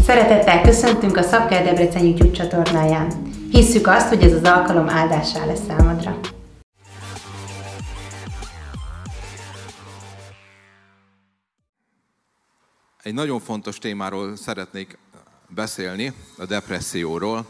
Szeretettel köszöntünk a Szabker Debrecen YouTube csatornáján. Hisszük azt, hogy ez az alkalom áldássá lesz számodra. Egy nagyon fontos témáról szeretnék beszélni, a depresszióról.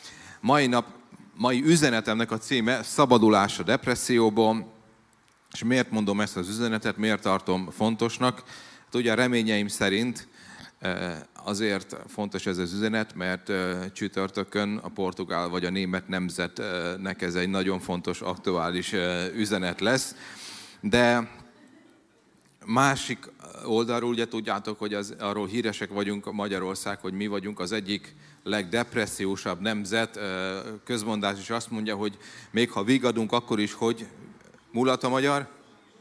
Mai üzenetemnek a címe Szabadulás a depresszióból. És miért mondom ezt az üzenetet, miért tartom fontosnak? Hát ugye a reményeim szerint azért fontos ez az üzenet, mert csütörtökön a portugál vagy a német nemzetnek ez egy nagyon fontos, aktuális üzenet lesz. De másik oldalról ugye tudjátok, hogy arról híresek vagyunk Magyarország, hogy mi vagyunk az egyik legdepressziósabb nemzet. Közmondás is azt mondja, hogy még ha vigadunk, akkor is, hogy mulat a magyar?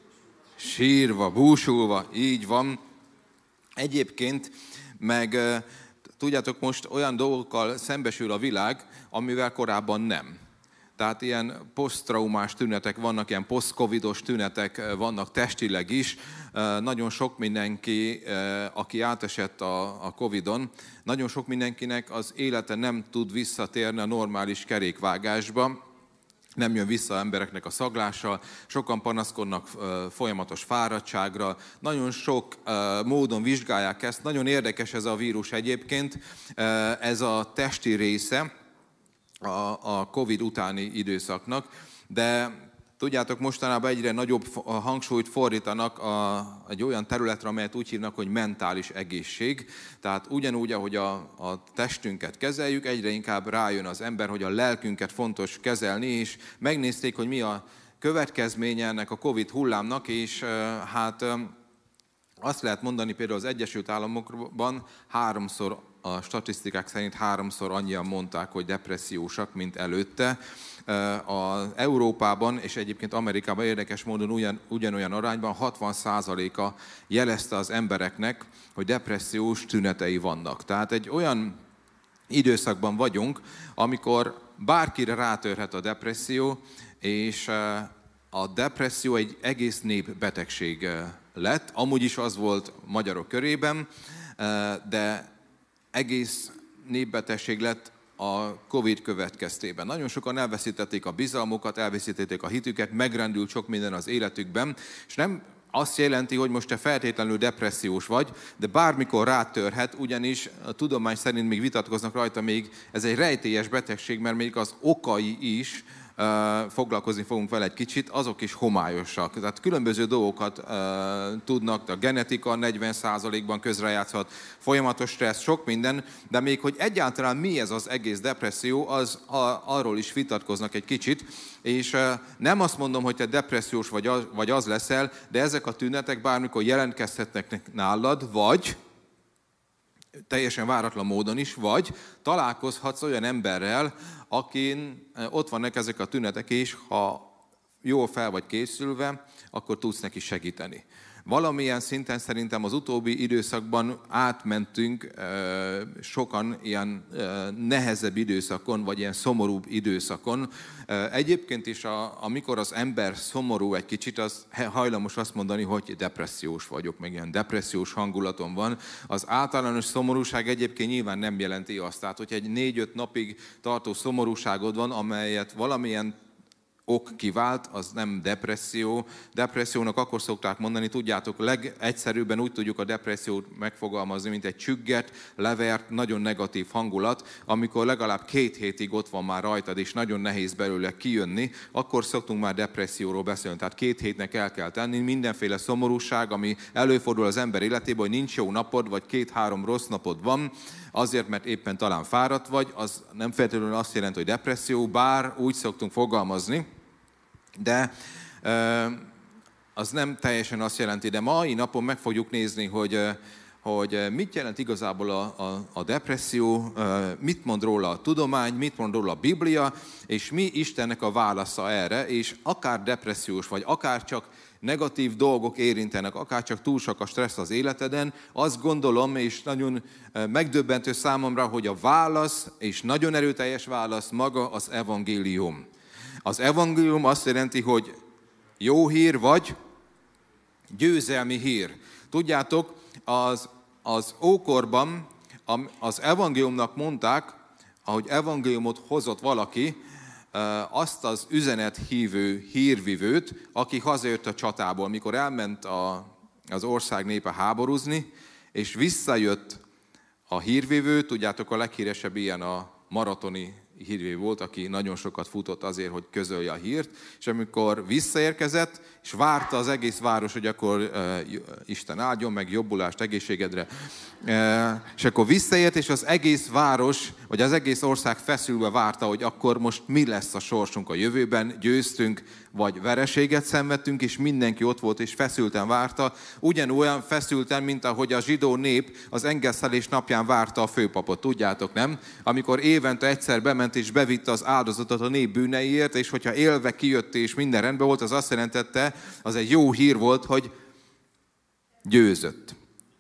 Sírva, búsulva, így van. Egyébként meg tudjátok, most olyan dolgokkal szembesül a világ, amivel korábban nem. Tehát ilyen poszttraumás tünetek vannak, ilyen posztcovidos tünetek vannak testileg is. Nagyon sok mindenki, aki átesett a Covidon, nagyon sok mindenkinek az élete nem tud visszatérni a normális kerékvágásba. Nem jön vissza embereknek a szaglása, sokan panaszkodnak folyamatos fáradtságra, nagyon sok módon vizsgálják ezt. Nagyon érdekes ez a vírus egyébként, ez a testi része a Covid utáni időszaknak, de tudjátok, mostanában egyre nagyobb hangsúlyt fordítanak egy olyan területre, amelyet úgy hívnak, hogy mentális egészség. Tehát ugyanúgy, ahogy a testünket kezeljük, egyre inkább rájön az ember, hogy a lelkünket fontos kezelni, és megnézték, hogy mi a következménye ennek a Covid hullámnak, és hát azt lehet mondani, például az Egyesült Államokban a statisztikák szerint háromszor annyian mondták, hogy depressziósak, mint előtte. Az Európában és egyébként Amerikában érdekes módon ugyanolyan arányban 60%-a jelezte az embereknek, hogy depressziós tünetei vannak. Tehát egy olyan időszakban vagyunk, amikor bárkire rátörhet a depresszió, és a depresszió egy egész népbetegség lett. Amúgy is az volt magyarok körében, de egész népbetegség lett a Covid következtében. Nagyon sokan elveszítették a bizalmukat, elveszítették a hitüket, megrendült sok minden az életükben, és nem azt jelenti, hogy most te feltétlenül depressziós vagy, de bármikor rátörhet, ugyanis a tudomány szerint még vitatkoznak rajta, még ez egy rejtélyes betegség, mert még az okai is, foglalkozni fogunk vele egy kicsit, azok is homályosak. Tehát különböző dolgokat tudnak, a genetika 40%-ban közrejátszhat, folyamatos stressz, sok minden, de még hogy egyáltalán mi ez az egész depresszió, arról is vitatkoznak egy kicsit, és nem azt mondom, hogy te depressziós vagy az leszel, de ezek a tünetek bármikor jelentkezhetnek nálad, vagy teljesen váratlan módon is, vagy találkozhatsz olyan emberrel, akin ott vannak ezek a tünetek, és ha jól fel vagy készülve, akkor tudsz neki segíteni. Valamilyen szinten szerintem az utóbbi időszakban átmentünk sokan ilyen nehezebb időszakon, vagy ilyen szomorúbb időszakon. Egyébként is, amikor az ember szomorú egy kicsit, az hajlamos azt mondani, hogy depressziós vagyok, meg ilyen depressziós hangulatom van. Az általános szomorúság egyébként nyilván nem jelenti azt. Tehát, hogyha egy 4-5 napig tartó szomorúságod van, amelyet valamilyen ok kivált, az nem depresszió. Depressziónak akkor szokták mondani, tudjátok, legegyszerűbben úgy tudjuk a depressziót megfogalmazni, mint egy csügget, levert, nagyon negatív hangulat, amikor legalább 2 hétig ott van már rajtad, és nagyon nehéz belőle kijönni, akkor szoktunk már depresszióról beszélni. Tehát 2 hétnek el kell tenni, mindenféle szomorúság, ami előfordul az ember életében, hogy nincs jó napod, vagy 2-3 rossz napod van, azért, mert éppen talán fáradt vagy, az nem feltétlenül azt jelenti, hogy depresszió, bár úgy szoktunk fogalmazni, de az nem teljesen azt jelenti, de mai napon meg fogjuk nézni, hogy mit jelent igazából a depresszió, mit mond róla a tudomány, mit mond róla a Biblia, és mi Istennek a válasza erre, és akár depressziós vagy, akár csak negatív dolgok érintenek, akár csak túl sok a stressz az életeden, azt gondolom, és nagyon megdöbbentő számomra, hogy a válasz, és nagyon erőteljes válasz maga az evangélium. Az evangélium azt jelenti, hogy jó hír vagy győzelmi hír. Tudjátok, az ókorban az evangéliumnak mondták, ahogy evangéliumot hozott valaki, azt az üzenethívő hírvivőt, aki hazajött a csatából, mikor elment az ország népe háborúzni, és visszajött a hírvivő, tudjátok, a leghíresebb ilyen a maratoni hírvivő volt, aki nagyon sokat futott azért, hogy közölje a hírt, és amikor visszaérkezett, és várta az egész város, hogy akkor Isten áldjon meg, jobbulást, egészségedre, és akkor visszaért, és az egész város, vagy az egész ország feszülve várta, hogy akkor most mi lesz a sorsunk a jövőben, győztünk, vagy vereséget szenvedtünk, és mindenki ott volt, és feszülten várta, ugyanolyan feszülten, mint ahogy a zsidó nép az engesztelés napján várta a főpapot, tudjátok, nem? Amikor évente egyszer bement és bevitte az áldozatot a nép bűneiért, és hogyha élve kijött és minden rendben volt, az azt jelentette, az egy jó hír volt, hogy győzött.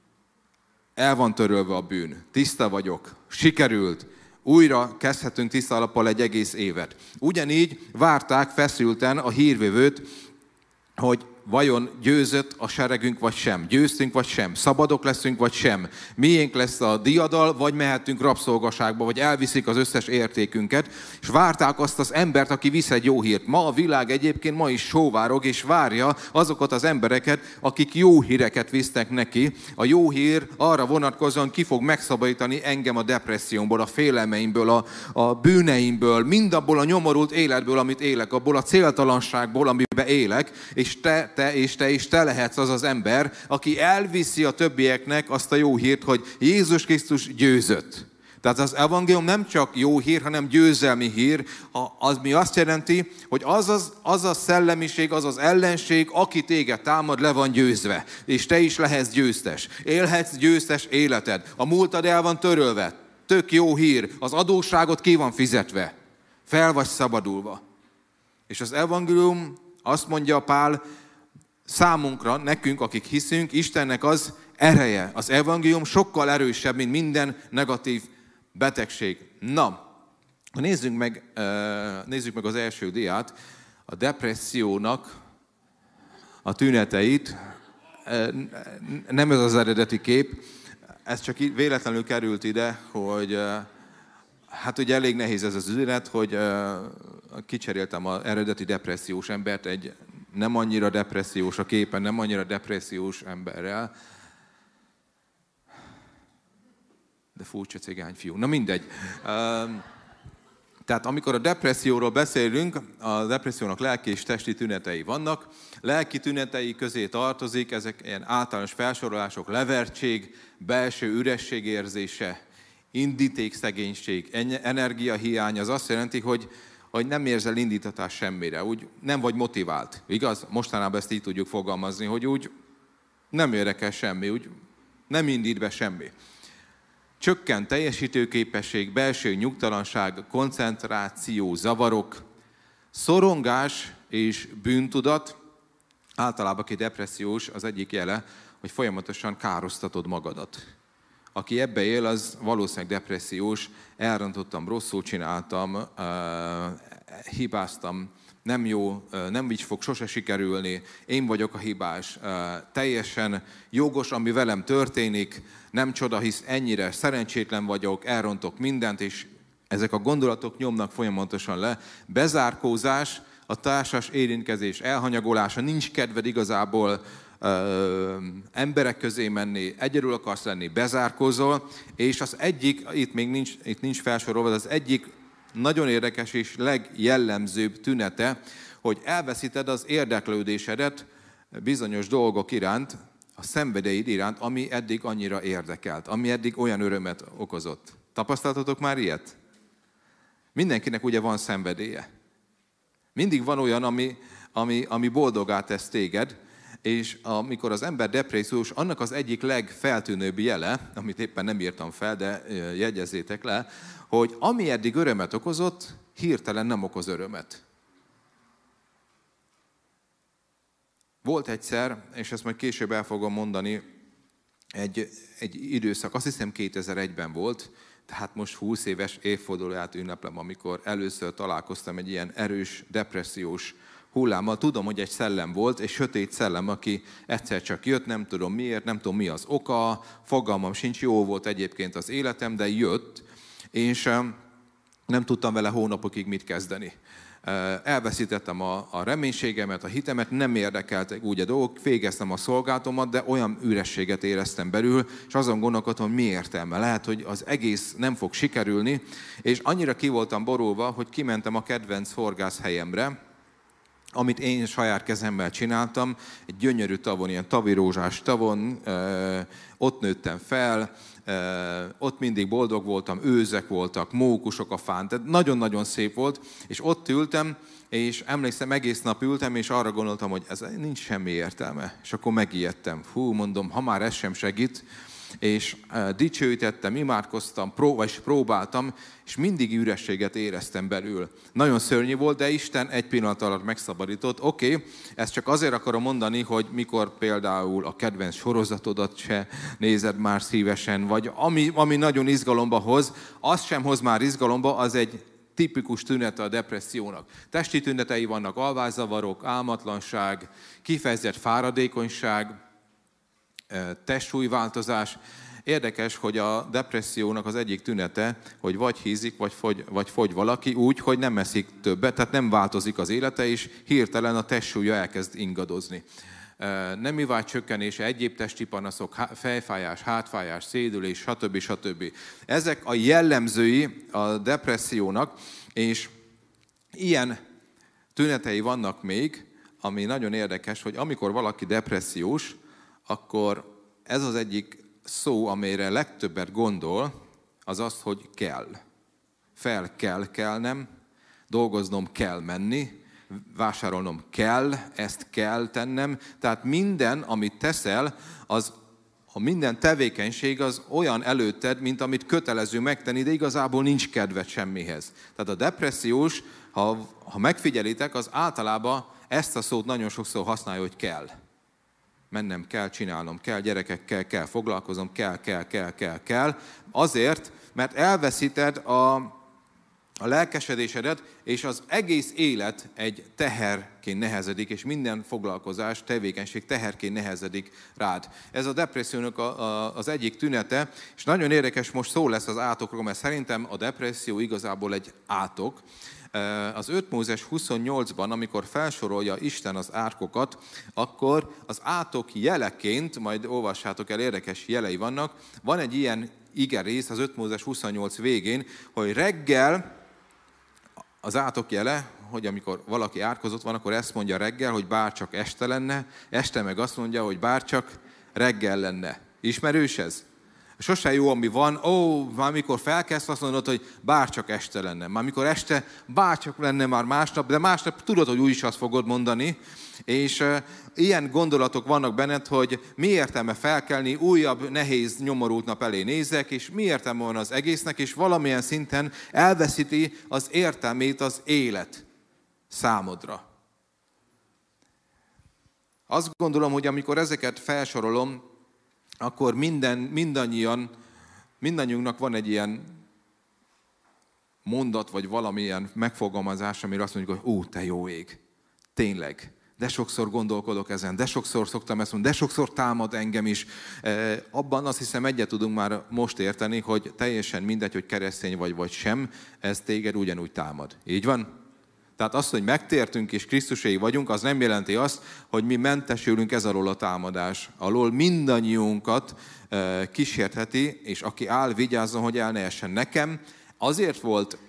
El van törölve a bűn, tiszta vagyok, sikerült, újra kezdhetünk tiszta alappal egy egész évet. Ugyanígy várták feszülten a hírvivőt, hogy vajon győzött a seregünk, vagy sem. Győztünk, vagy sem. Szabadok leszünk, vagy sem. Miénk lesz a diadal, vagy mehetünk rabszolgaságba, vagy elviszik az összes értékünket. És várták azt az embert, aki visz egy jó hírt. Ma a világ egyébként ma is sóvárog, és várja azokat az embereket, akik jó híreket visznek neki. A jó hír arra vonatkozóan ki fog megszabadítani engem a depressziómból, a félelmeimből, a bűneimből, mindabból a nyomorult életből, amit élek, abból a céltalanságból, amiben élek, és te lehetsz az az ember, aki elviszi a többieknek azt a jó hírt, hogy Jézus Krisztus győzött. Tehát az evangélium nem csak jó hír, hanem győzelmi hír, ami azt jelenti, hogy az a szellemiség, az az ellenség, aki téged támad, le van győzve. És te is lehetsz győztes. Élhetsz győztes életed. A múltad el van törölve. Tök jó hír. Az adósságot ki van fizetve. Fel vagy szabadulva. És az evangélium azt mondja Pál, számunkra, nekünk, akik hiszünk, Istennek az ereje. Az evangélium sokkal erősebb, mint minden negatív betegség. Na, nézzük meg az első diát, a depressziónak a tüneteit. Nem ez az eredeti kép, ez csak véletlenül került ide, hogy hát ugye elég nehéz ez az üzenet, hogy kicseréltem az eredeti depressziós embert egy nem annyira depressziós a képen, nem annyira depressziós emberrel. De furcsa cigány fiú. Na mindegy. Tehát amikor a depresszióról beszélünk, a depressziónak lelki és testi tünetei vannak. Lelki tünetei közé tartozik, ezek ilyen általános felsorolások, levertség, belső üresség érzése, indítékszegénység, energiahiány, az azt jelenti, hogy nem érzel indítatást semmire, úgy nem vagy motivált, igaz? Mostanában ezt így tudjuk fogalmazni, hogy úgy nem érdekel semmi, úgy nem indít be semmi. Csökkent teljesítőképesség, belső nyugtalanság, koncentráció, zavarok, szorongás és bűntudat. Általában aki depressziós, az egyik jele, hogy folyamatosan károsztatod magadat. Aki ebbe él, az valószínűleg depressziós, elrontottam, rosszul csináltam, hibáztam, nem jó, nem így fog sose sikerülni, én vagyok a hibás, teljesen jogos, ami velem történik, nem csoda, hisz ennyire szerencsétlen vagyok, elrontok mindent, és ezek a gondolatok nyomnak folyamatosan le. Bezárkózás, a társas érintkezés elhanyagolása, nincs kedved igazából emberek közé menni, egyedül akarsz lenni, bezárkózol, és az egyik, itt nincs felsorolva, az egyik nagyon érdekes és legjellemzőbb tünete, hogy elveszíted az érdeklődésedet bizonyos dolgok iránt, a szenvedeid iránt, ami eddig annyira érdekelt, ami eddig olyan örömet okozott. Tapasztaltatok már ilyet? Mindenkinek ugye van szenvedélye. Mindig van olyan, ami boldoggá tesz téged, és amikor az ember depressziós, annak az egyik legfeltűnőbb jele, amit éppen nem írtam fel, de jegyezzétek le, hogy ami eddig örömet okozott, hirtelen nem okoz örömet. Volt egyszer, és ezt majd később el fogom mondani, egy időszak, azt hiszem 2001-ben volt, tehát most 20 éves évfordulóját ünneplem, amikor először találkoztam egy ilyen erős, depressziós hullámmal. Tudom, hogy egy szellem volt, egy sötét szellem, aki egyszer csak jött, nem tudom miért, nem tudom mi az oka, fogalmam sincs, jó volt egyébként az életem, de jött, és nem tudtam vele hónapokig mit kezdeni. Elveszítettem a reménységemet, a hitemet, nem érdekeltek úgy a dolgok, végeztem a szolgálatomat, de olyan ürességet éreztem belül, és azon gondolkodtam, hogy mi értelme. Lehet, hogy az egész nem fog sikerülni, és annyira ki voltam borulva, hogy kimentem a kedvenc horgászhelyemre, amit én saját kezemmel csináltam, egy gyönyörű tavon, ilyen tavirózsás tavon, ott nőttem fel, ott mindig boldog voltam, őzek voltak, mókusok a fán, tehát nagyon-nagyon szép volt, és ott ültem, és emlékszem, egész nap ültem, és arra gondoltam, hogy ez nincs semmi értelme. És akkor megijedtem. Mondom, ha már ez sem segít, és dicsőítettem, imádkoztam, vagyis próbáltam, és mindig ürességet éreztem belül. Nagyon szörnyű volt, de Isten egy pillanat alatt megszabadított. Oké, ezt csak azért akarom mondani, hogy mikor például a kedvenc sorozatodat se nézed már szívesen, vagy ami nagyon izgalomba hoz, az sem hoz már izgalomba, az egy tipikus tünete a depressziónak. Testi tünetei vannak, alvászavarok, álmatlanság, kifejezett fáradékonyság, testsúlyváltozás. Érdekes, hogy a depressziónak az egyik tünete, hogy vagy hízik, vagy fogy valaki úgy, hogy nem eszik többet, tehát nem változik az élete, és hirtelen a testsúlya elkezd ingadozni. Nemi vágy csökkenése, egyéb testi panaszok, fejfájás, hátfájás, szédülés, stb. Ezek a jellemzői a depressziónak, és ilyen tünetei vannak még, ami nagyon érdekes, hogy amikor valaki depressziós, akkor ez az egyik szó, amire legtöbbet gondol, az az, hogy kell. Fel kell kelnem, dolgoznom kell menni, vásárolnom kell, ezt kell tennem. Tehát minden, amit teszel, a minden tevékenység az olyan előtted, mint amit kötelező megtenni, de igazából nincs kedved semmihez. Tehát a depressziós, ha megfigyelitek, az általában ezt a szót nagyon sokszor használja, hogy kell. Mennem kell, csinálnom kell, gyerekekkel kell foglalkozom, kell. Azért, mert elveszíted a lelkesedésedet, és az egész élet egy teherként nehezedik, és minden foglalkozás, tevékenység teherként nehezedik rád. Ez a depressziónak az egyik tünete, és nagyon érdekes, most szó lesz az átokról, mert szerintem a depresszió igazából egy átok. Az 5 Mózes 28-ban, amikor felsorolja Isten az átkokat, akkor az átok jeleként, majd olvassátok el, érdekes jelei vannak, van egy ilyen igerész az 5 Mózes 28 végén, hogy reggel az átok jele, hogy amikor valaki átkozott van, akkor ezt mondja reggel, hogy bárcsak este lenne, este meg azt mondja, hogy bárcsak reggel lenne. Ismerős ez? Sose jó, ami van, már mikor felkelsz, azt mondod, hogy bárcsak este lenne. Már mikor este, bárcsak lenne már másnap, de másnap tudod, hogy úgyis azt fogod mondani. És ilyen gondolatok vannak benned, hogy mi értelme felkelni, újabb, nehéz, nyomorult nap elé nézek, és mi értelme van az egésznek, és valamilyen szinten elveszíti az értelmét az élet számodra. Azt gondolom, hogy amikor ezeket felsorolom, akkor mindannyiunknak van egy ilyen mondat, vagy valamilyen megfogalmazás, amire azt mondjuk, hogy te jó ég, tényleg. De sokszor gondolkodok ezen, de sokszor szoktam ezt mondani, de sokszor támad engem is. Abban azt hiszem egyet tudunk már most érteni, hogy teljesen mindegy, hogy keresztény vagy sem, ez téged ugyanúgy támad. Így van? Tehát azt, hogy megtértünk és Krisztuséi vagyunk, az nem jelenti azt, hogy mi mentesülünk ez alól a támadás alól. Mindannyiunkat kísértheti, és aki áll, vigyázzon, hogy el ne essen. Nekem azért volt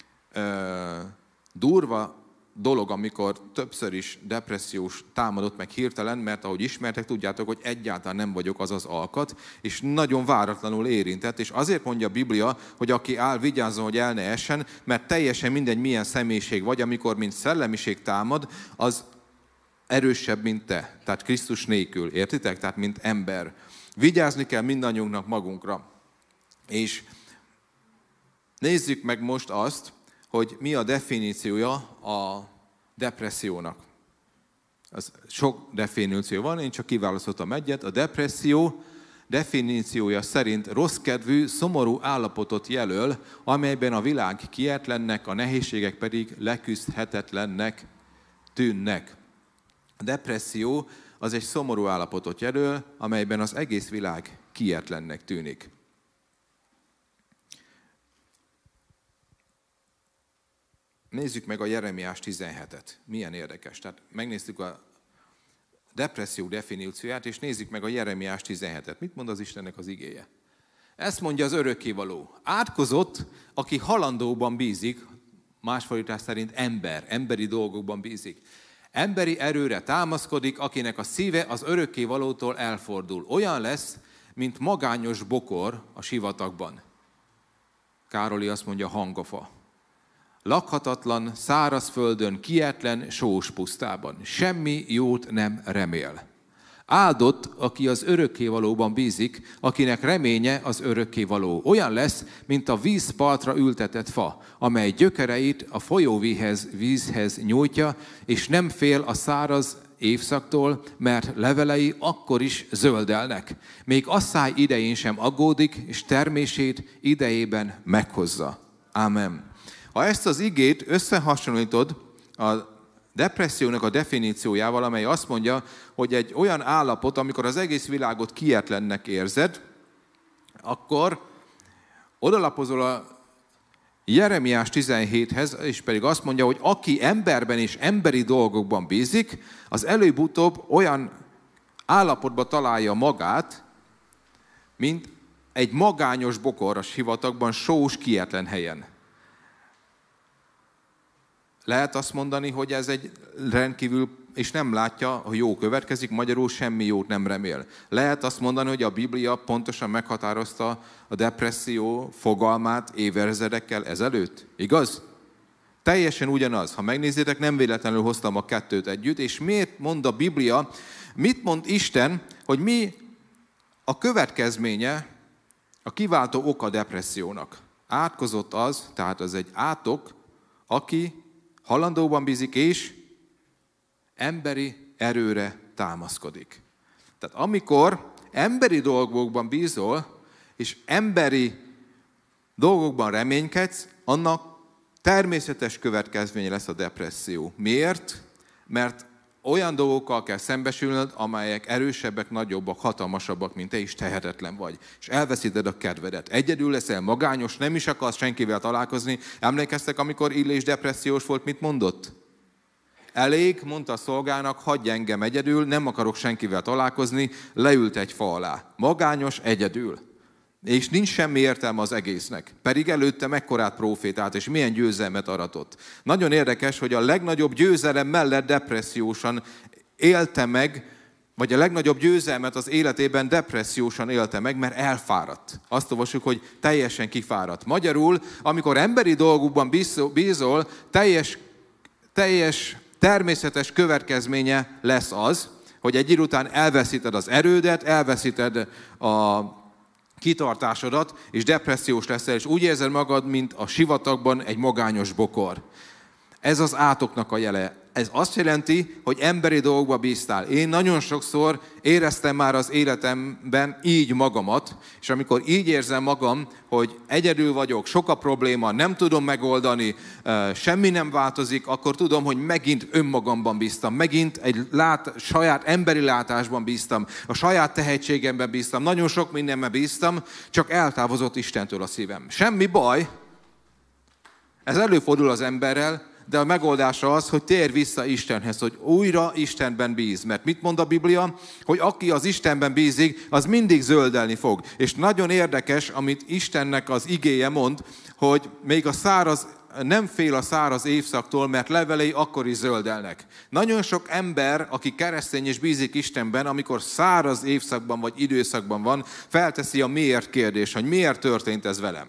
durva dolog, amikor többször is depressziós támadott meg hirtelen, mert ahogy ismertek, tudjátok, hogy egyáltalán nem vagyok az az alkat, és nagyon váratlanul érintett, és azért mondja a Biblia, hogy aki áll, vigyázzon, hogy el ne essen, mert teljesen mindegy, milyen személyiség vagy, amikor mint szellemiség támad, az erősebb, mint te. Tehát Krisztus nélkül, értitek? Tehát mint ember. Vigyázni kell mindannyiunknak magunkra. És nézzük meg most azt, hogy mi a definíciója a depressziónak. Az sok definíció van, én csak kiválasztottam egyet. A depresszió definíciója szerint rosszkedvű, szomorú állapotot jelöl, amelyben a világ kietlennek, a nehézségek pedig leküzdhetetlennek tűnnek. A depresszió az egy szomorú állapotot jelöl, amelyben az egész világ kietlennek tűnik. Nézzük meg a Jeremiás 17-et. Milyen érdekes. Tehát megnéztük a depresszió definícióját, és nézzük meg a Jeremiás 17-et. Mit mond az Istennek az igéje? Ezt mondja az örökkévaló. Átkozott, aki halandóban bízik, más fordítás szerint emberi dolgokban bízik. Emberi erőre támaszkodik, akinek a szíve az örökkévalótól elfordul. Olyan lesz, mint magányos bokor a sivatagban. Károli azt mondja, hangofa. Lakhatatlan, száraz földön, kietlen, sós pusztában. Semmi jót nem remél. Áldott, aki az örökkévalóban bízik, akinek reménye az örökkévaló. Olyan lesz, mint a vízpartra ültetett fa, amely gyökereit a folyóvízhez nyújtja, és nem fél a száraz évszaktól, mert levelei akkor is zöldelnek. Még asszály idején sem aggódik, és termését idejében meghozza. Ámen. Ha ezt az igét összehasonlítod a depressziónak a definíciójával, amely azt mondja, hogy egy olyan állapot, amikor az egész világot kietlennek érzed, akkor odalapozol a Jeremiás 17-hez, és pedig azt mondja, hogy aki emberben és emberi dolgokban bízik, az előbb-utóbb olyan állapotba találja magát, mint egy magányos bokor a sivatagban, sós, kietlen helyen. Lehet azt mondani, hogy ez egy rendkívül, és nem látja, hogy jó következik, magyarul semmi jót nem remél. Lehet azt mondani, hogy a Biblia pontosan meghatározta a depresszió fogalmát évezredekkel ezelőtt. Igaz? Teljesen ugyanaz. Ha megnézitek, nem véletlenül hoztam a kettőt együtt, és miért mond a Biblia, mit mond Isten, hogy mi a következménye, a kiváltó oka a depressziónak. Átkozott az, tehát az egy átok, aki halandóban bízik, és emberi erőre támaszkodik. Tehát amikor emberi dolgokban bízol, és emberi dolgokban reménykedsz, annak természetes következménye lesz a depresszió. Miért? Mert olyan dolgokkal kell szembesülnöd, amelyek erősebbek, nagyobbak, hatalmasabbak, mint te, is tehetetlen vagy. És elveszíted a kedvedet. Egyedül leszel, magányos, nem is akarsz senkivel találkozni. Emlékeztek, amikor Illés depressziós volt, mit mondott? Elég, mondta a szolgának, hagyj engem egyedül, nem akarok senkivel találkozni, leült egy fa alá. Magányos, egyedül. És nincs semmi értelme az egésznek. Pedig előtte mekkorát profétált, és milyen győzelmet aratott. Nagyon érdekes, hogy a legnagyobb győzelem mellett depressziósan élte meg, vagy a legnagyobb győzelmet az életében depressziósan élte meg, mert elfáradt. Azt olvassuk, hogy teljesen kifáradt. Magyarul, amikor emberi dolgokban bízol, teljes természetes következménye lesz az, hogy egy idő után elveszíted az erődet, elveszíted a kitartásodat, és depressziós leszel, és úgy érzed magad, mint a sivatagban egy magányos bokor. Ez az átoknak a jele. Ez azt jelenti, hogy emberi dolgokba bíztál. Én nagyon sokszor éreztem már az életemben így magamat, és amikor így érzem magam, hogy egyedül vagyok, sok a probléma, nem tudom megoldani, semmi nem változik, akkor tudom, hogy megint önmagamban bíztam, megint egy saját emberi látásban bíztam, a saját tehetségemben bíztam, nagyon sok mindenben bíztam, csak eltávozott Istentől a szívem. Semmi baj, ez előfordul az emberrel, de a megoldása az, hogy térj vissza Istenhez, hogy újra Istenben bíz. Mert mit mond a Biblia? Hogy aki az Istenben bízik, az mindig zöldelni fog. És nagyon érdekes, amit Istennek az igéje mond, hogy még nem fél a száraz évszaktól, mert levelei akkor is zöldelnek. Nagyon sok ember, aki keresztény és bízik Istenben, amikor száraz évszakban vagy időszakban van, felteszi a miért kérdés, hogy miért történt ez velem.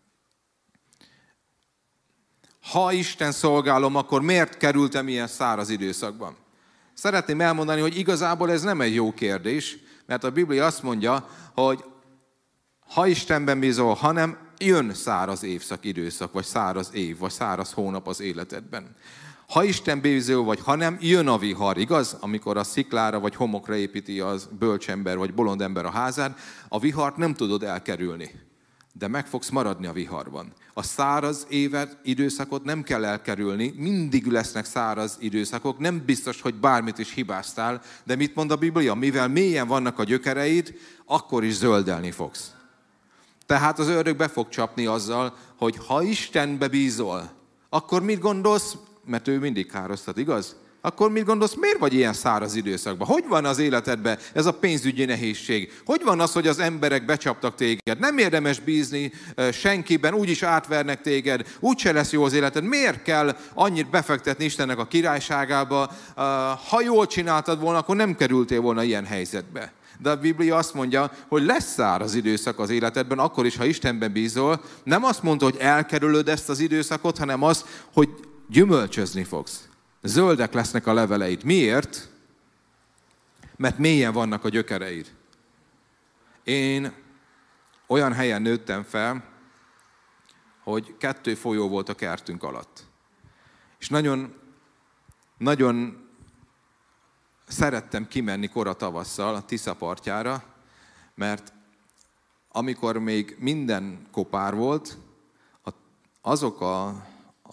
Ha Isten szolgálom, akkor miért kerültem ilyen száraz időszakban? Szeretném elmondani, hogy igazából ez nem egy jó kérdés, mert a Biblia azt mondja, hogy ha Istenben bízol, hanem jön száraz évszak, időszak, vagy száraz év, vagy száraz hónap az életedben. Ha Isten bízol vagy, hanem jön a vihar, igaz? Amikor a sziklára vagy homokra építi az bölcsember vagy bolond ember a házát, a vihart nem tudod elkerülni. de meg fogsz maradni a viharban. A száraz időszakot nem kell elkerülni, mindig lesznek száraz időszakok, nem biztos, hogy bármit is hibáztál, de mit mond a Biblia? Mivel mélyen vannak a gyökereid, akkor is zöldelni fogsz. Tehát az ördög be fog csapni azzal, hogy ha Istenbe bízol, akkor mit gondolsz? Mert ő mindig károztat, igaz? Akkor mit gondolsz, miért vagy ilyen száraz időszakban? Hogy van az életedben ez a pénzügyi nehézség? Hogy van az, hogy az emberek becsaptak téged? Nem érdemes bízni senkiben, úgyis átvernek téged, úgyse lesz jó az életed. Miért kell annyit befektetni Istennek a királyságába? Ha jól csináltad volna, akkor nem kerültél volna ilyen helyzetbe. De a Biblia azt mondja, hogy lesz száraz időszak az életedben, akkor is, ha Istenben bízol. Nem azt mondta, hogy elkerülöd ezt az időszakot, hanem azt, hogy gyümölcsözni fogsz. Zöldek lesznek a leveleid. Miért? Mert mélyen vannak a gyökereid. Én olyan helyen nőttem fel, hogy 2 folyó volt a kertünk alatt. És nagyon szerettem kimenni kora tavasszal a Tisza partjára, mert amikor még minden kopár volt, azok a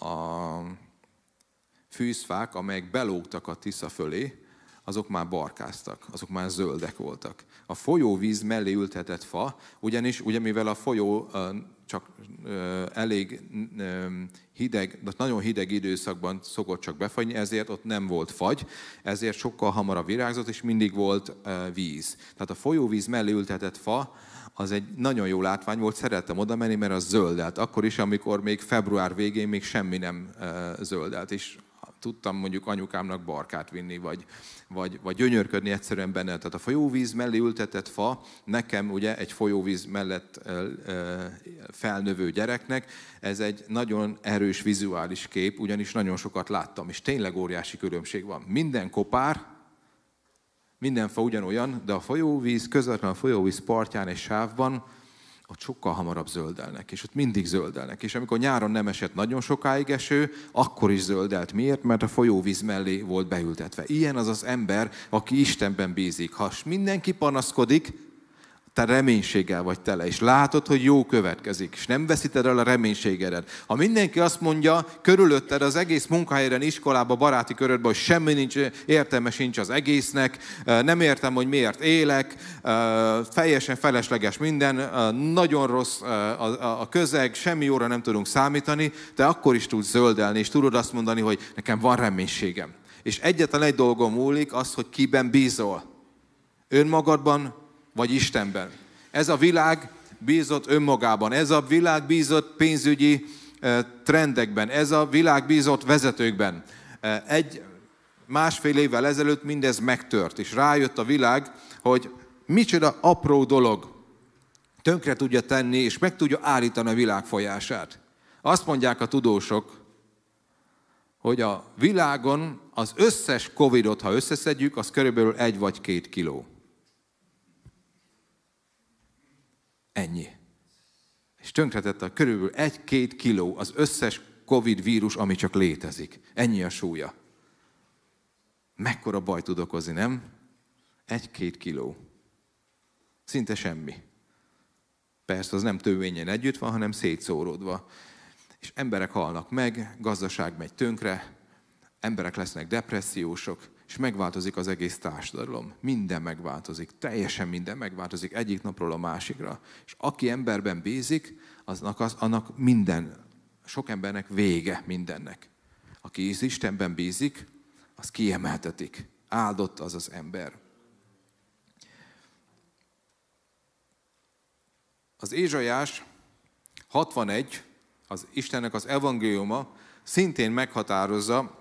fűzfák, amelyek belógtak a Tisza fölé, azok már barkáztak, azok már zöldek voltak. A folyóvíz mellé ültetett fa, mivel a folyó csak elég hideg, de nagyon hideg időszakban szokott csak befagyni, ezért ott nem volt fagy, ezért sokkal hamarabb virágzott, és mindig volt víz. Tehát a folyóvíz mellé ültetett fa, az egy nagyon jó látvány volt, szerettem oda menni, mert az zöldelt. Akkor is, amikor még február végén még semmi nem zöldelt, és tudtam mondjuk anyukámnak barkát vinni, vagy gyönyörködni egyszerűen benne. Tehát a folyóvíz mellé ültetett fa, nekem ugye egy folyóvíz mellett felnövő gyereknek, ez egy nagyon erős vizuális kép, ugyanis nagyon sokat láttam, és tényleg óriási különbség van. Minden kopár, minden fa ugyanolyan, de a folyóvíz, közvetlenül a folyóvíz partján egy sávban, ott sokkal hamarabb zöldelnek, és ott mindig zöldelnek. És amikor nyáron nem esett nagyon sokáig eső, akkor is zöldelt. Miért? Mert a folyóvíz mellé volt beültetve. Ilyen az az ember, aki Istenben bízik. Ha mindenki panaszkodik, te reménységgel vagy tele, és látod, hogy jó következik, és nem veszíted el a reménységedet. Ha mindenki azt mondja, körülötted az egész munkahelyen, iskolában, baráti körödben, hogy semmi nincs, értelme sincs az egésznek, nem értem, hogy miért élek, teljesen felesleges minden, nagyon rossz a közeg, semmi jóra nem tudunk számítani, de akkor is tudsz zöldelni, és tudod azt mondani, hogy nekem van reménységem. És egyetlen egy dolgom múlik, az, hogy kiben bízol. Önmagadban, vagy Istenben. Ez a világ bízott önmagában, ez a világ bízott pénzügyi trendekben, ez a világ bízott vezetőkben. Másfél évvel ezelőtt mindez megtört, és rájött a világ, hogy micsoda apró dolog tönkre tudja tenni, és meg tudja állítani a világ folyását. Azt mondják a tudósok, hogy a világon az összes Covidot, ha összeszedjük, az körülbelül 1 vagy 2 kiló. Ennyi. És tönkretette a körülbelül 1-2 kiló az összes Covid vírus, ami csak létezik. Ennyi a súlya. Mekkora baj tud okozni, nem? 1-2 kiló. Szinte semmi. Persze az nem törvényen együtt van, hanem szétszóródva. És emberek halnak meg, gazdaság megy tönkre, emberek lesznek depressziósok, és megváltozik az egész társadalom. Minden megváltozik, teljesen minden megváltozik egyik napról a másikra. És aki emberben bízik, annak minden, sok embernek vége mindennek. Aki Istenben bízik, az kiemeltetik. Áldott az az ember. Az Ézsaiás 61, az Istennek az evangéliuma szintén meghatározza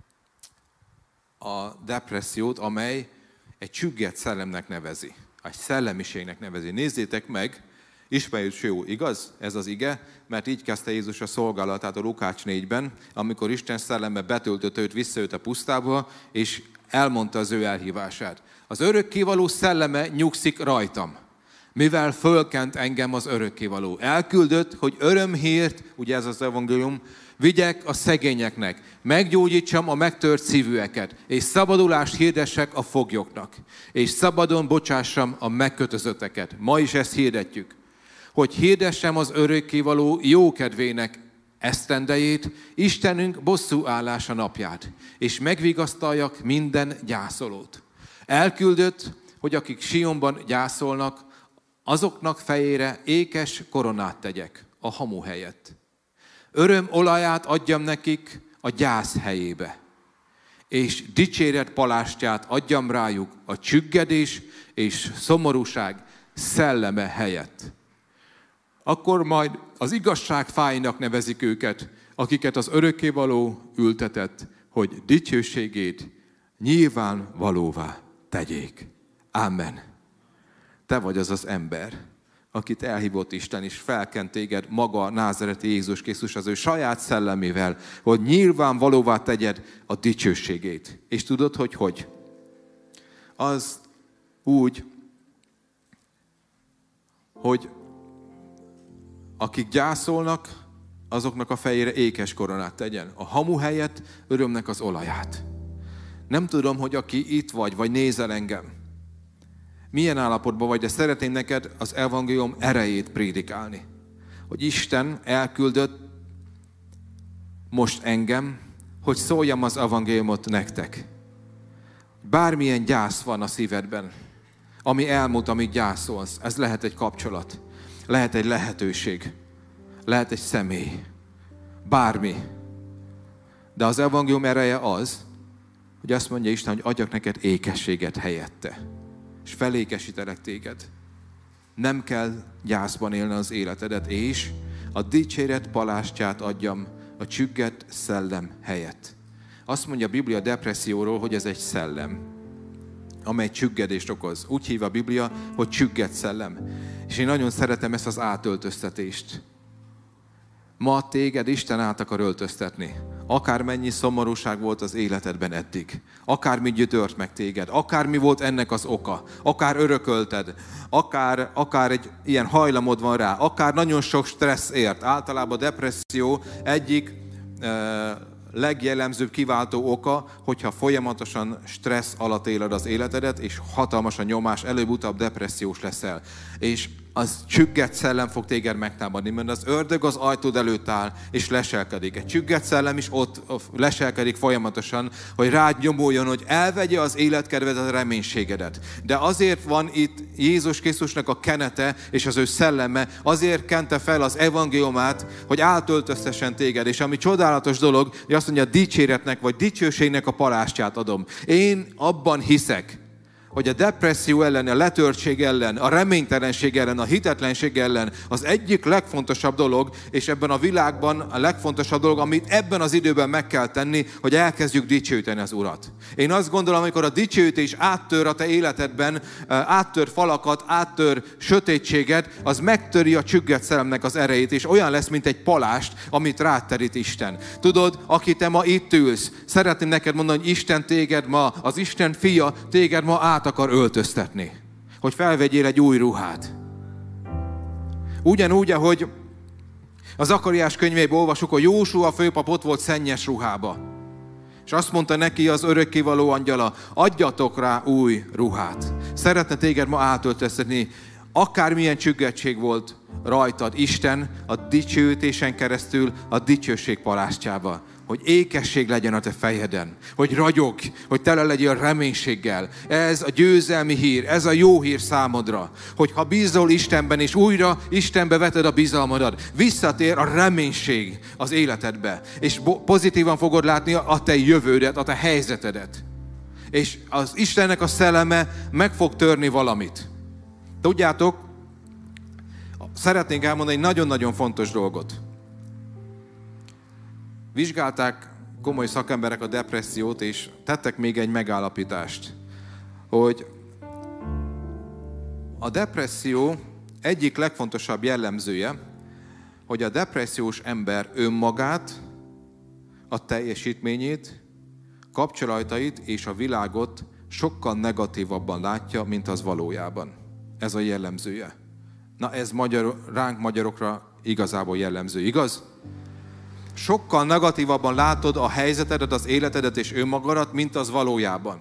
a depressziót, amely egy csüggett szellemnek nevezi, egy szellemiségnek nevezi. Nézzétek meg, ismerjük jó, igaz? Ez az ige, mert így kezdte Jézus a szolgálatát a Lukács 4-ben, amikor Isten szelleme betöltötte őt, visszaült a pusztába, és elmondta az ő elhívását. Az örökkévaló szelleme nyugszik rajtam, mivel fölkent engem az örökkévaló. Elküldött, hogy örömhírt, ugye ez az evangélium, vigyek a szegényeknek, meggyógyítsam a megtört szívűeket, és szabadulást hirdessek a foglyoknak, és szabadon bocsássam a megkötözötteket. Ma is ezt hirdetjük, hogy hirdessem az örökkévaló jókedvének esztendejét, Istenünk bosszúállása napját, és megvigasztaljak minden gyászolót. Elküldött, hogy akik Sionban gyászolnak, azoknak fejére ékes koronát tegyek a hamu helyett. Öröm olaját adjam nekik a gyász helyébe, és dicséret palástját adjam rájuk a csüggedés és szomorúság szelleme helyett. Akkor majd az igazság fáinak nevezik őket, akiket az örökkévaló ültetett, hogy dicsőségét nyilvánvalóvá tegyék. Amen. Te vagy az az ember, akit elhívott Isten, és felkent téged maga názareti Jézus Krisztus az ő saját szellemével, hogy nyilvánvalóvá tegyed a dicsőségét. És tudod, hogy? Az úgy, hogy akik gyászolnak, azoknak a fejére ékes koronát tegyen. A hamu helyett örömnek az olaját. Nem tudom, hogy aki itt vagy nézel engem, milyen állapotban vagy, de szeretném neked az evangélium erejét prédikálni. Hogy Isten elküldött most engem, hogy szóljam az evangéliumot nektek. Bármilyen gyász van a szívedben, ami elmúlt, amit gyászolsz, ez lehet egy kapcsolat, lehet egy lehetőség, lehet egy személy, bármi. De az evangélium ereje az, hogy azt mondja Isten, hogy adjak neked ékességet helyette. És felékesítelek téged. Nem kell gyászban élni az életedet, és a dicséret palástját adjam a csüggett szellem helyett. Azt mondja a Biblia depresszióról, hogy ez egy szellem, amely csüggedést okoz. Úgy hív a Biblia, hogy csüggett szellem. És én nagyon szeretem ezt az átöltöztetést. Ma téged Isten át akar öltöztetni. Akármennyi szomorúság volt az életedben eddig, akármi gyötört meg téged, akármi volt ennek az oka, akár örökölted, akár egy ilyen hajlamod van rá, akár nagyon sok stressz ért. Általában a depresszió egyik legjellemzőbb kiváltó oka, hogyha folyamatosan stressz alatt éled az életedet, és hatalmas a nyomás, előbb-utóbb depressziós leszel. És az csüggett szellem fog téged megtámadni, mert az ördög az ajtód előtt áll, és leselkedik. Egy csüggett szellem is ott leselkedik folyamatosan, hogy rád nyomuljon, hogy elvegye az életkedvedet, a reménységedet. De azért van itt Jézus Krisztusnak a kenete, és az ő szelleme, azért kente fel az evangéliumát, hogy átöltöztessen téged. És ami csodálatos dolog, hogy azt mondja, dicséretnek, vagy dicsőségnek a palástját adom. Én abban hiszek, hogy a depresszió ellen, a letörtség ellen, a reménytelenség ellen, a hitetlenség ellen az egyik legfontosabb dolog, és ebben a világban a legfontosabb dolog, amit ebben az időben meg kell tenni, hogy elkezdjük dicsőíteni az Urat. Én azt gondolom, amikor a dicsőítés áttör a te életedben, áttör falakat, áttör sötétséget, az megtöri a csüggett szellemnek az erejét, és olyan lesz, mint egy palást, amit rád terít Isten. Tudod, aki te ma itt ülsz, szeretném neked mondani, hogy Isten téged ma, az Isten fia téged ma át akar öltöztetni, hogy felvegyél egy új ruhát. Ugyanúgy, ahogy az Zakariás könyvében olvasjuk, hogy Jósua főpap ott volt szennyes ruhába. És azt mondta neki az örökkévaló angyala, adjatok rá új ruhát. Szeretne téged ma átöltöztetni, akármilyen csüggettség volt rajtad, Isten a dicsőítésen keresztül a dicsőség palástjába. Hogy ékesség legyen a te fejeden, hogy ragyog, hogy tele legyél reménységgel. Ez a győzelmi hír, ez a jó hír számodra, hogy ha bízol Istenben, és újra Istenbe veted a bizalmadat, visszatér a reménység az életedbe, és pozitívan fogod látni a te jövődet, a te helyzetedet. És az Istennek a szelleme meg fog törni valamit. Tudjátok, szeretnénk elmondani egy nagyon-nagyon fontos dolgot. Vizsgálták komoly szakemberek a depressziót, és tettek még egy megállapítást, hogy a depresszió egyik legfontosabb jellemzője, hogy a depressziós ember önmagát, a teljesítményét, kapcsolatait és a világot sokkal negatívabban látja, mint az valójában. Ez a jellemzője. Na ez ránk magyarokra igazából jellemző, igaz? Sokkal negatívabban látod a helyzetedet, az életedet és önmagadat, mint az valójában.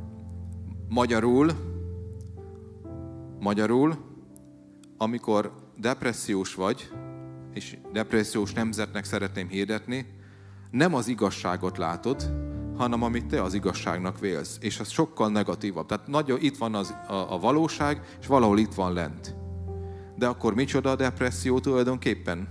Magyarul, amikor depressziós vagy, és depressziós nemzetnek szeretném hirdetni, nem az igazságot látod, hanem amit te az igazságnak vélsz. És az sokkal negatívabb. Tehát nagyon itt van a valóság, és valahol itt van lent. De akkor micsoda a depresszió tulajdonképpen?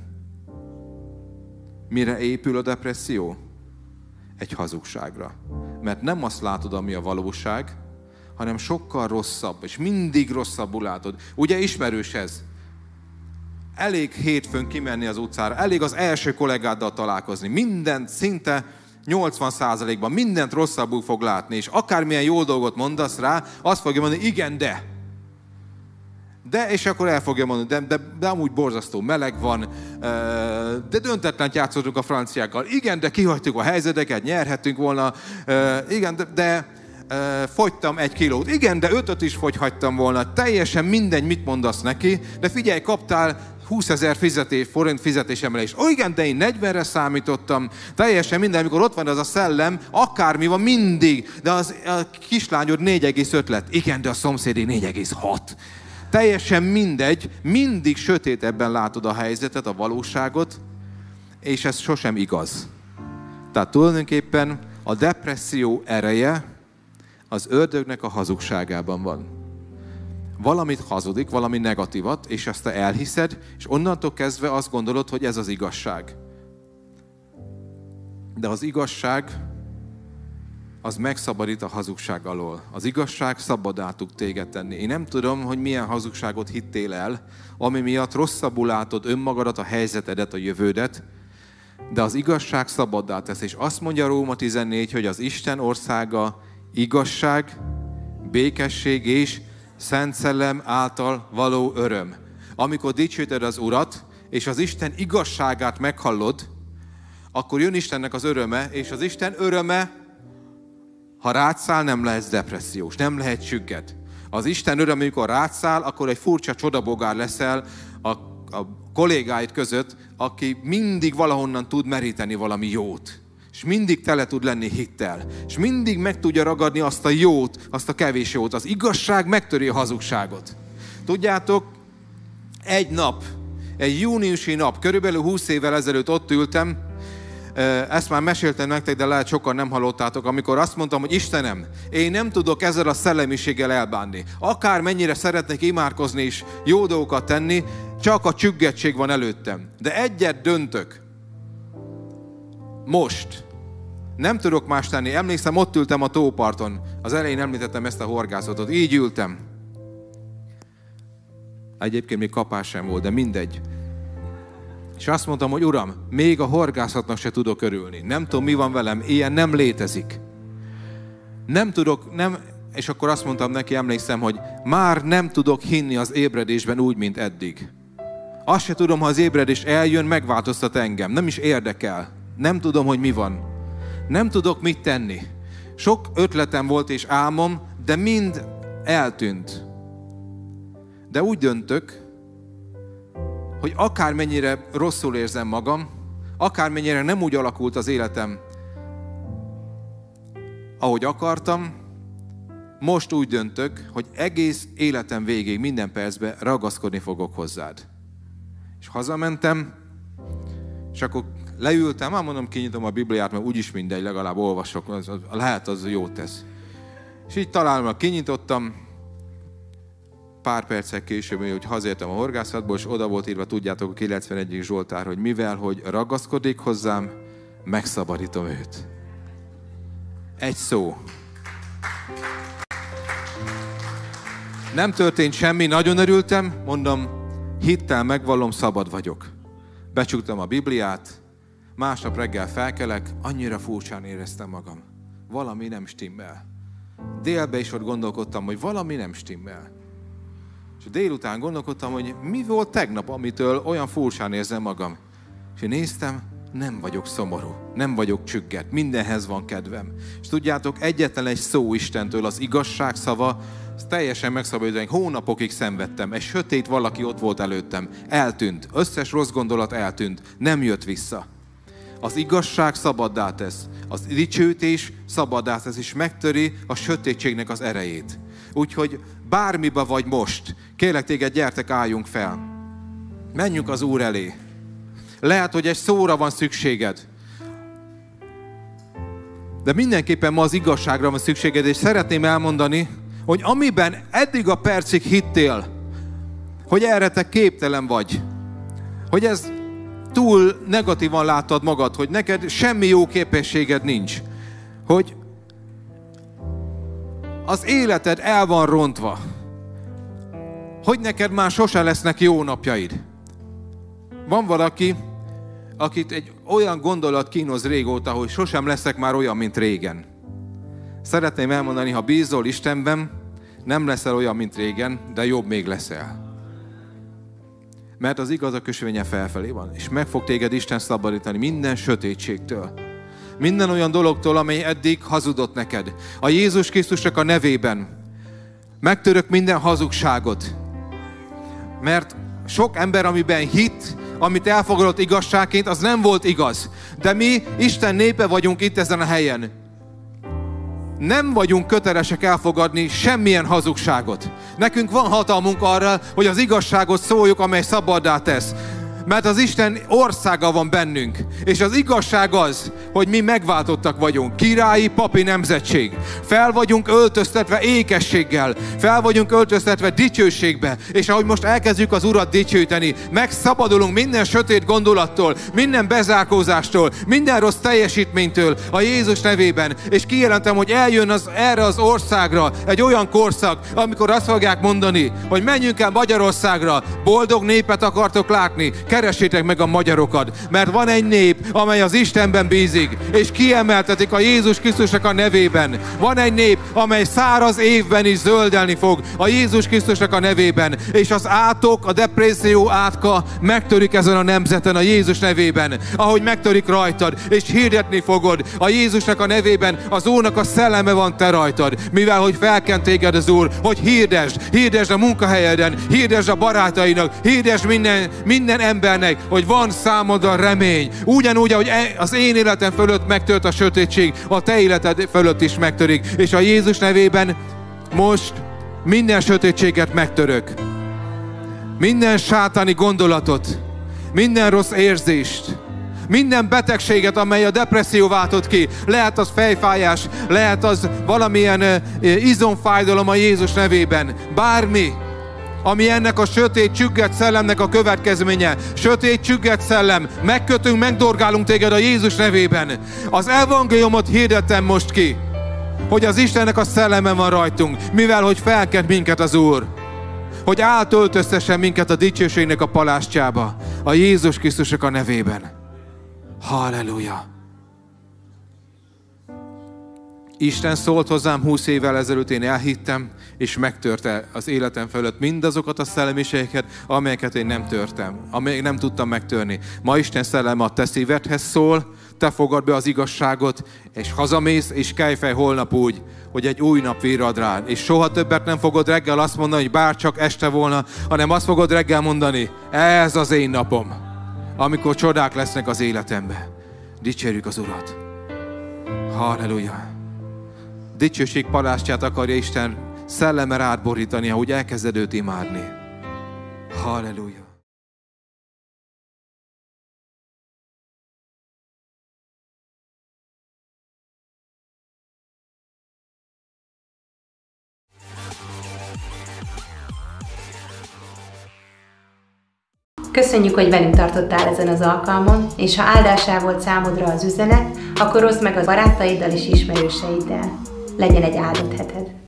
Mire épül a depresszió? Egy hazugságra. Mert nem azt látod, ami a valóság, hanem sokkal rosszabb, és mindig rosszabbul látod. Ugye ismerős ez? Elég hétfőn kimenni az utcára, elég az első kollégáddal találkozni. Mindent szinte 80%-ban mindent rosszabbul fog látni, és akármilyen jó dolgot mondasz rá, azt fogja mondani, igen, de. De, és akkor el fogja mondani, de amúgy borzasztó meleg van, de döntetlen játszottunk a franciákkal. Igen, de kihagytuk a helyzeteket, nyerhettünk volna. Igen, de fogytam 1 kilót. Igen, de 5-öt is fogyhagytam volna. Teljesen mindegy, mit mondasz neki, de figyelj, kaptál 20 000 forint fizetésemelést. Igen, de én 40-re számítottam. Teljesen minden, amikor ott van az a szellem, akármi van, mindig. De a kislányod 4,5 lett. Igen, de a szomszédé 4,6. Teljesen mindegy, mindig sötétebben látod a helyzetet, a valóságot, és ez sosem igaz. Tehát tulajdonképpen a depresszió ereje az ördögnek a hazugságában van. Valamit hazudik, valami negatívat, és ezt te elhiszed, és onnantól kezdve azt gondolod, hogy ez az igazság. De az igazság, az megszabadít a hazugság alól. Az igazság szabaddá tud téged tenni. Én nem tudom, hogy milyen hazugságot hittél el, ami miatt rosszabbul látod önmagadat, a helyzetedet, a jövődet, de az igazság szabaddá tesz. És azt mondja Róma 14, hogy az Isten országa igazság, békesség és Szent Szellem által való öröm. Amikor dicsőíted az Urat, és az Isten igazságát meghallod, akkor jön Istennek az öröme, és az Isten öröme, ha rád száll, nem lehetsz depressziós, nem lehet sügget. Az Isten öröme, amikor rád száll, akkor egy furcsa csodabogár leszel a kollégáid között, aki mindig valahonnan tud meríteni valami jót. És mindig tele tud lenni hittel. És mindig meg tudja ragadni azt a jót, azt a kevés jót. Az igazság megtöri a hazugságot. Tudjátok, egy nap, egy júniusi nap, körülbelül 20 évvel ezelőtt ott ültem, ezt már meséltem nektek, de lehet sokan nem hallottátok, amikor azt mondtam, hogy Istenem, én nem tudok ezzel a szellemiséggel elbánni. Akár mennyire szeretnék imádkozni és jó dolgokat tenni, csak a csüggettség van előttem. De egyet döntök. Most. Nem tudok más tenni. Emlékszem, ott ültem a tóparton. Az elején említettem ezt a horgászatot. Így ültem. Egyébként még kapás sem volt, de mindegy. És azt mondtam, hogy Uram, még a horgászatnak se tudok örülni. Nem tudom, mi van velem, ilyen nem létezik. Nem tudok, és akkor azt mondtam neki, emlékszem, hogy már nem tudok hinni az ébredésben úgy, mint eddig. Azt se tudom, ha az ébredés eljön, megváltoztat engem. Nem is érdekel. Nem tudom, hogy mi van. Nem tudok mit tenni. Sok ötletem volt és álmom, de mind eltűnt. De úgy döntök, hogy akármennyire rosszul érzem magam, akármennyire nem úgy alakult az életem, ahogy akartam, most úgy döntök, hogy egész életem végéig, minden percben ragaszkodni fogok hozzád. És hazamentem, és akkor leültem, mondom, kinyitom a Bibliát, mert úgyis mindegy, legalább olvasok, lehet az jót tesz. És így találom, kinyitottam, pár perccel később, hogy hazaértem a horgászatból, és oda volt írva, tudjátok, a 91. Zsoltár, hogy mivel, hogy ragaszkodik hozzám, megszabadítom őt. Egy szó. Nem történt semmi, nagyon örültem, mondom, hittel megvallom, szabad vagyok. Becsuktam a Bibliát, másnap reggel felkelek, annyira furcsán éreztem magam. Valami nem stimmel. Délbe is ott gondolkodtam, hogy valami nem stimmel. És délután gondolkodtam, hogy mi volt tegnap, amitől olyan furcsán érzem magam. És én néztem, nem vagyok szomorú, nem vagyok csügget, mindenhez van kedvem. És tudjátok, egyetlen egy szó Istentől, az igazság szava, az teljesen megszabadított, hónapokig szenvedtem. Egy sötét valaki ott volt előttem, eltűnt, összes rossz gondolat eltűnt, nem jött vissza. Az igazság szabaddá tesz, az dicsőítés szabaddá tesz, és megtöri a sötétségnek az erejét. Úgyhogy bármiba vagy most, kérlek téged, gyertek, álljunk fel. Menjünk az Úr elé. Lehet, hogy egy szóra van szükséged. De mindenképpen ma az igazságra van szükséged, és szeretném elmondani, hogy amiben eddig a percig hittél, hogy erre te képtelen vagy, hogy ez túl negatívan láttad magad, hogy neked semmi jó képességed nincs, hogy az életed el van rontva, hogy neked már sosem lesznek jó napjaid. Van valaki, akit egy olyan gondolat kínoz régóta, hogy sosem leszek már olyan, mint régen. Szeretném elmondani, ha bízol Istenben, nem leszel olyan, mint régen, de jobb még leszel. Mert az igaz a kösvénye felfelé van, és meg fog téged Isten szabadítani minden sötétségtől. Minden olyan dologtól, amely eddig hazudott neked. A Jézus Krisztusnak a nevében megtörök minden hazugságot. Mert sok ember, amiben hitt, amit elfogadott igazságként, az nem volt igaz. De mi Isten népe vagyunk itt ezen a helyen. Nem vagyunk kötelesek elfogadni semmilyen hazugságot. Nekünk van hatalmunk arra, hogy az igazságot szóljuk, amely szabaddá tesz. Mert az Isten országa van bennünk. És az igazság az, hogy mi megváltottak vagyunk. Királyi, papi nemzetség. Fel vagyunk öltöztetve ékességgel. Fel vagyunk öltöztetve dicsőségbe. És ahogy most elkezdjük az Urat dicsőíteni, megszabadulunk minden sötét gondolattól, minden bezárkózástól, minden rossz teljesítménytől a Jézus nevében. És kijelentem, hogy eljön erre az országra egy olyan korszak, amikor azt fogják mondani, hogy menjünk el Magyarországra, boldog népet akartok látni, keressétek meg a magyarokat, mert van egy nép, amely az Istenben bízik, és kiemeltetik a Jézus Krisztusnak a nevében. Van egy nép, amely száraz évben is zöldelni fog a Jézus Krisztusnak a nevében, és az átok, a depresszió átka megtörik ezen a nemzeten a Jézus nevében, ahogy megtörik rajtad, és hirdetni fogod a Jézusnak a nevében, az Úrnak a szelleme van te rajtad, mivel hogy felkent téged az Úr, hogy hirdesd a munkahelyeden, hirdesd a barátainak, hirdesd minden embernek, hogy van számodra remény. Ugyanúgy, ahogy az én életem fölött megtört a sötétség, a te életed fölött is megtörik. És a Jézus nevében most minden sötétséget megtörök. Minden sátáni gondolatot, minden rossz érzést, minden betegséget, amely a depresszió váltott ki. Lehet az fejfájás, lehet az valamilyen izomfájdalom a Jézus nevében. Bármi, ami ennek a sötét, csüggett szellemnek a következménye. Sötét, csüggett szellem, megkötünk, megdorgálunk téged a Jézus nevében. Az evangéliumot hirdetem most ki, hogy az Istennek a szelleme van rajtunk, mivel hogy felkent minket az Úr. Hogy átöltöztessen minket a dicsőségnek a palástjába, a Jézus Krisztusnak a nevében. Halleluja! Isten szólt hozzám 20 évvel ezelőtt, én elhittem, és megtörte az életem fölött mindazokat a szellemiségeket, amelyeket én nem törtem, amelyek nem tudtam megtörni. Ma Isten szelleme a te szívedhez szól, te fogad be az igazságot, és hazamész, és kelj fel holnap úgy, hogy egy új nap virrad rád. És soha többet nem fogod reggel azt mondani, hogy bár csak este volna, hanem azt fogod reggel mondani, ez az én napom, amikor csodák lesznek az életemben. Dicsérjük az Urat! Halleluja! Dicsőség palástját akarja Isten szelleme rád borítani, ahogy elkezded őt imádni. Halleluja! Köszönjük, hogy velünk tartottál ezen az alkalmon, és ha áldásá volt számodra az üzenet, akkor oszd meg a barátaiddal és ismerőseiddel. Legyen egy áldott heted!